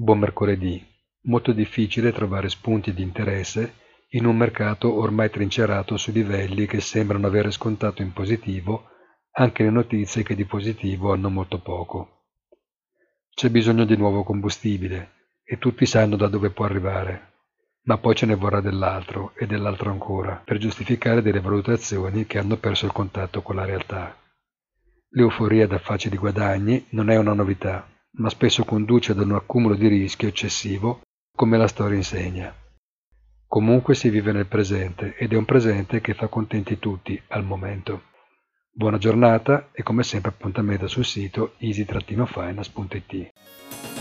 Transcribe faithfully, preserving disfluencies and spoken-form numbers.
Buon mercoledì. Molto difficile trovare spunti di interesse in un mercato ormai trincerato su livelli che sembrano avere scontato in positivo anche le notizie che di positivo hanno molto poco. C'è bisogno di nuovo combustibile e tutti sanno da dove può arrivare, ma poi ce ne vorrà dell'altro e dell'altro ancora per giustificare delle valutazioni che hanno perso il contatto con la realtà. L'euforia da facili guadagni non è una novità, ma spesso conduce ad un accumulo di rischio eccessivo, come la storia insegna. Comunque si vive nel presente ed è un presente che fa contenti tutti al momento. Buona giornata e come sempre appuntamento sul sito easy finance punto it.